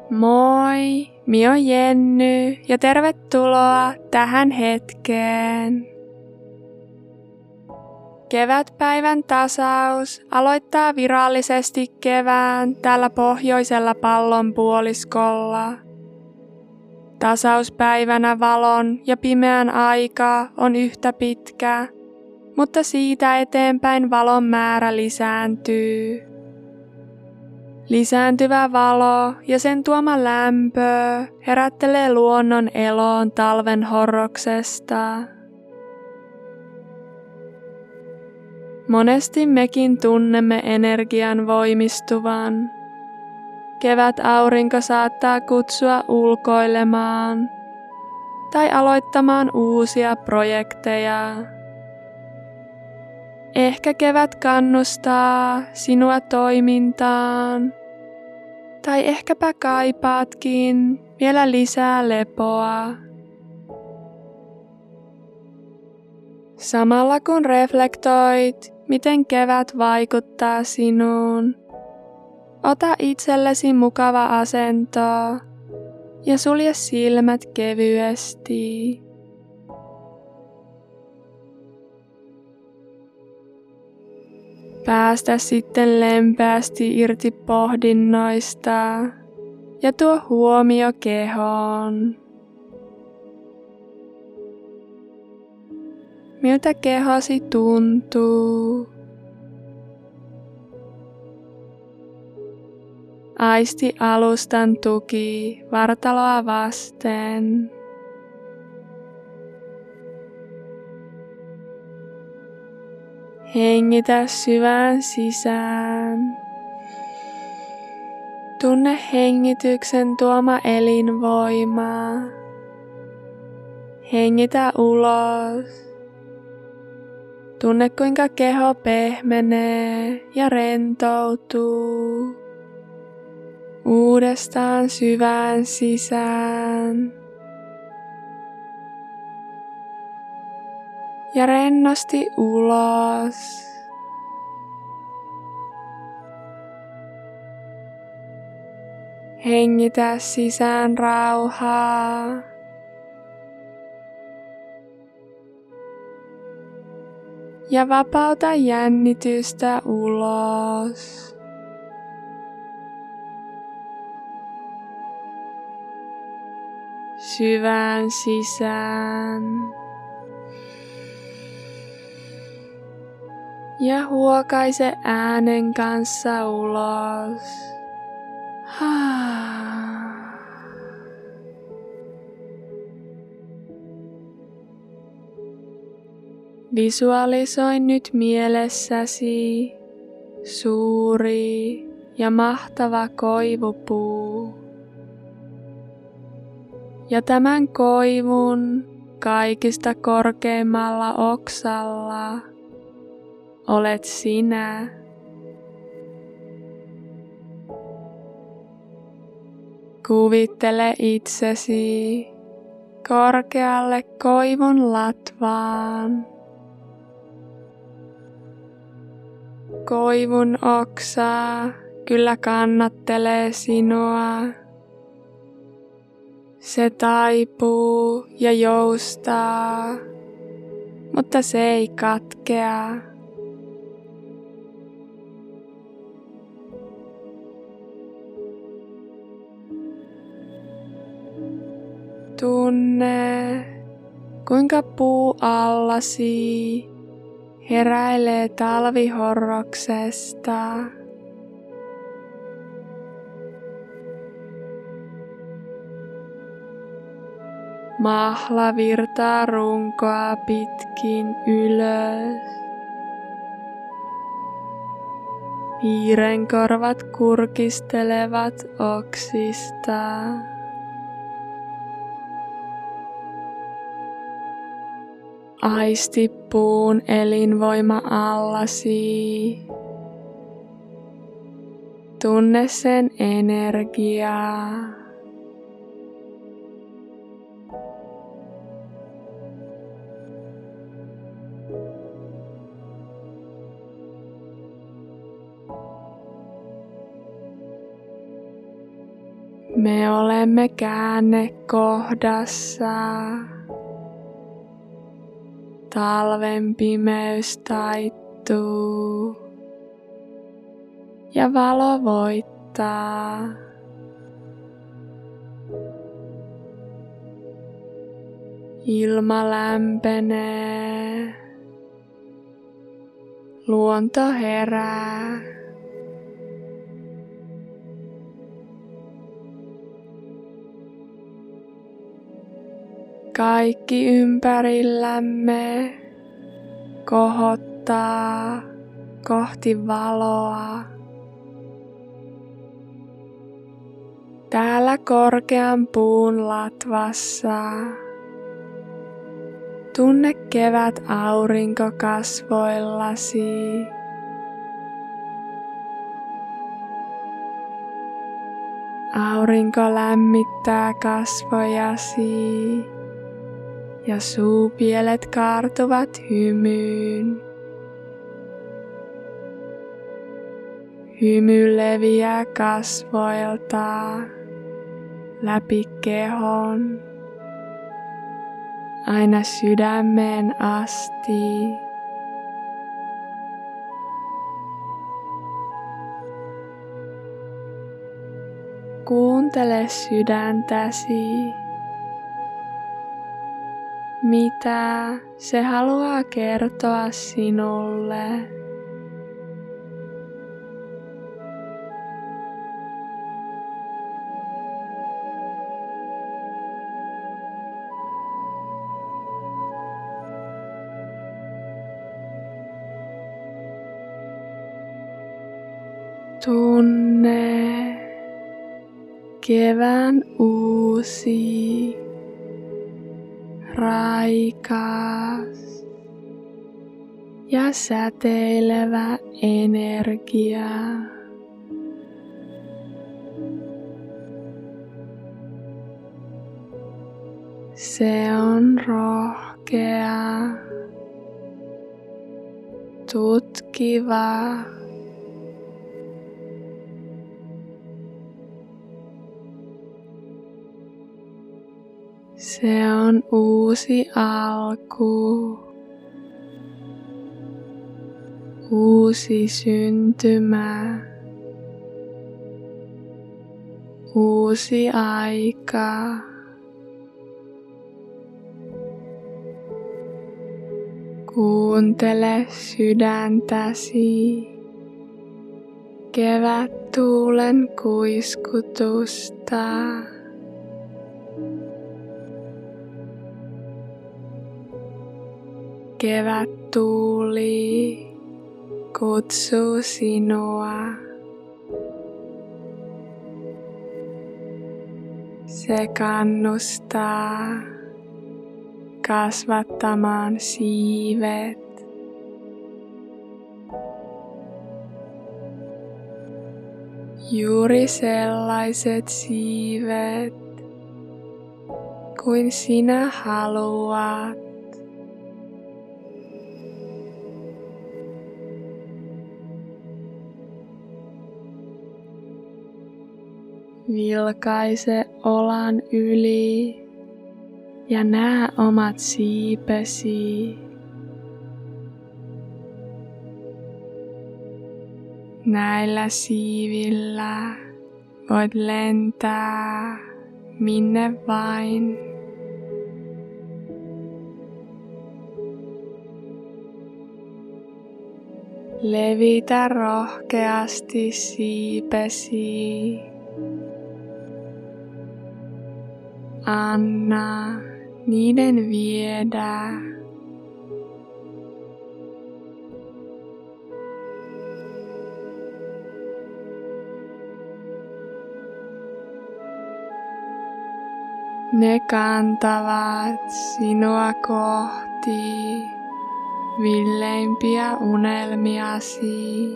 Moi, mi on Jenny ja tervetuloa tähän hetkeen. Kevätpäivän tasaus aloittaa virallisesti kevään täällä pohjoisella pallonpuoliskolla. Tasauspäivänä valon ja pimeän aika on yhtä pitkä, mutta siitä eteenpäin valon määrä lisääntyy. Lisääntyvä valo ja sen tuoma lämpö herättelee luonnon eloon talven horroksesta. Monesti mekin tunnemme energian voimistuvan. Kevät-aurinko saattaa kutsua ulkoilemaan tai aloittamaan uusia projekteja. Ehkä kevät kannustaa sinua toimintaan, tai ehkäpä kaipaatkin vielä lisää lepoa. Samalla kun reflektoit, miten kevät vaikuttaa sinuun, ota itsellesi mukava asento ja sulje silmät kevyesti. Päästä sitten lempeästi irti pohdinnoista ja tuo huomio kehoon. Miltä kehosi tuntuu? Aisti alustan tuki vartaloa vasten. Hengitä syvään sisään. Tunne hengityksen tuoma elinvoima. Hengitä ulos. Tunne kuinka keho pehmenee ja rentoutuu. Uudestaan syvään sisään. Ja rennosti ulos. Hengitä sisään rauhaa. Ja vapauta jännitystä ulos. Syvään sisään. Ja huokaise äänen kanssa ulos. Visualisoi nyt mielessäsi suuri ja mahtava koivupuu. Ja tämän koivun kaikista korkeimmalla oksalla olet sinä. Kuvittele itsesi korkealle koivun latvaan. Koivun oksa kyllä kannattelee sinua. Se taipuu ja joustaa, mutta se ei katkea. Tunne, kuinka puu allasi heräilee talvihorroksesta. Mahla virtaa runkoa pitkin ylös. Hiirenkorvat kurkistelevat oksista. Aisti puun elinvoima allasi. Tunne sen energiaa. Me olemme käännekohdassa. Talven pimeys taittuu ja valo voittaa. Ilma lämpenee. Luonto herää. Kaikki ympärillämme kohottaa kohti valoa. Täällä korkean puun latvassa tunne kevät aurinko kasvoillasi. Aurinko lämmittää kasvojasi ja suupielet kaartuvat hymyyn. Hymy leviää kasvoilta läpi kehon aina sydämeen asti. Kuuntele sydäntäsi, mitä se haluaa kertoa sinulle. Tunne kevään uusi, raikas ja säteilevä energia. Se on rohkea, tutkiva, se on uusi alku, uusi syntymä, uusi aika. Kuuntele sydäntäsi, kevättuulen kuiskutusta. Kevättuuli kutsuu sinua. Se kannustaa kasvattamaan siivet. Juuri sellaiset siivet kuin sinä haluat. Vilkaise olan yli ja näe omat siipesi. Näillä siivillä voit lentää minne vain. Levitä rohkeasti siipesi. Anna niiden viedä. Ne kantavat sinua kohti villeimpiä unelmiasi.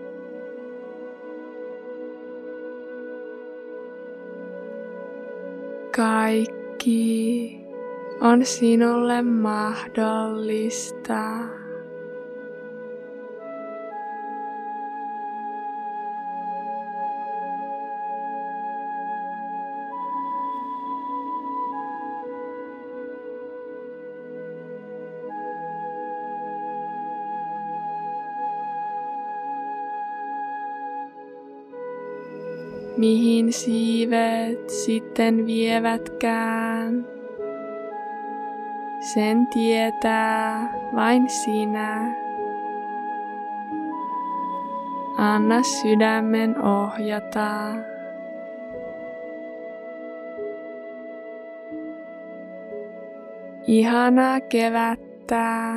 Kaikki on sinulle mahdollista. mihin siivet sitten vievätkään. Sen tietää vain sinä. Anna sydämen ohjata. Ihanaa kevättä.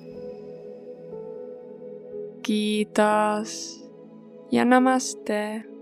Kiitos ja namaste.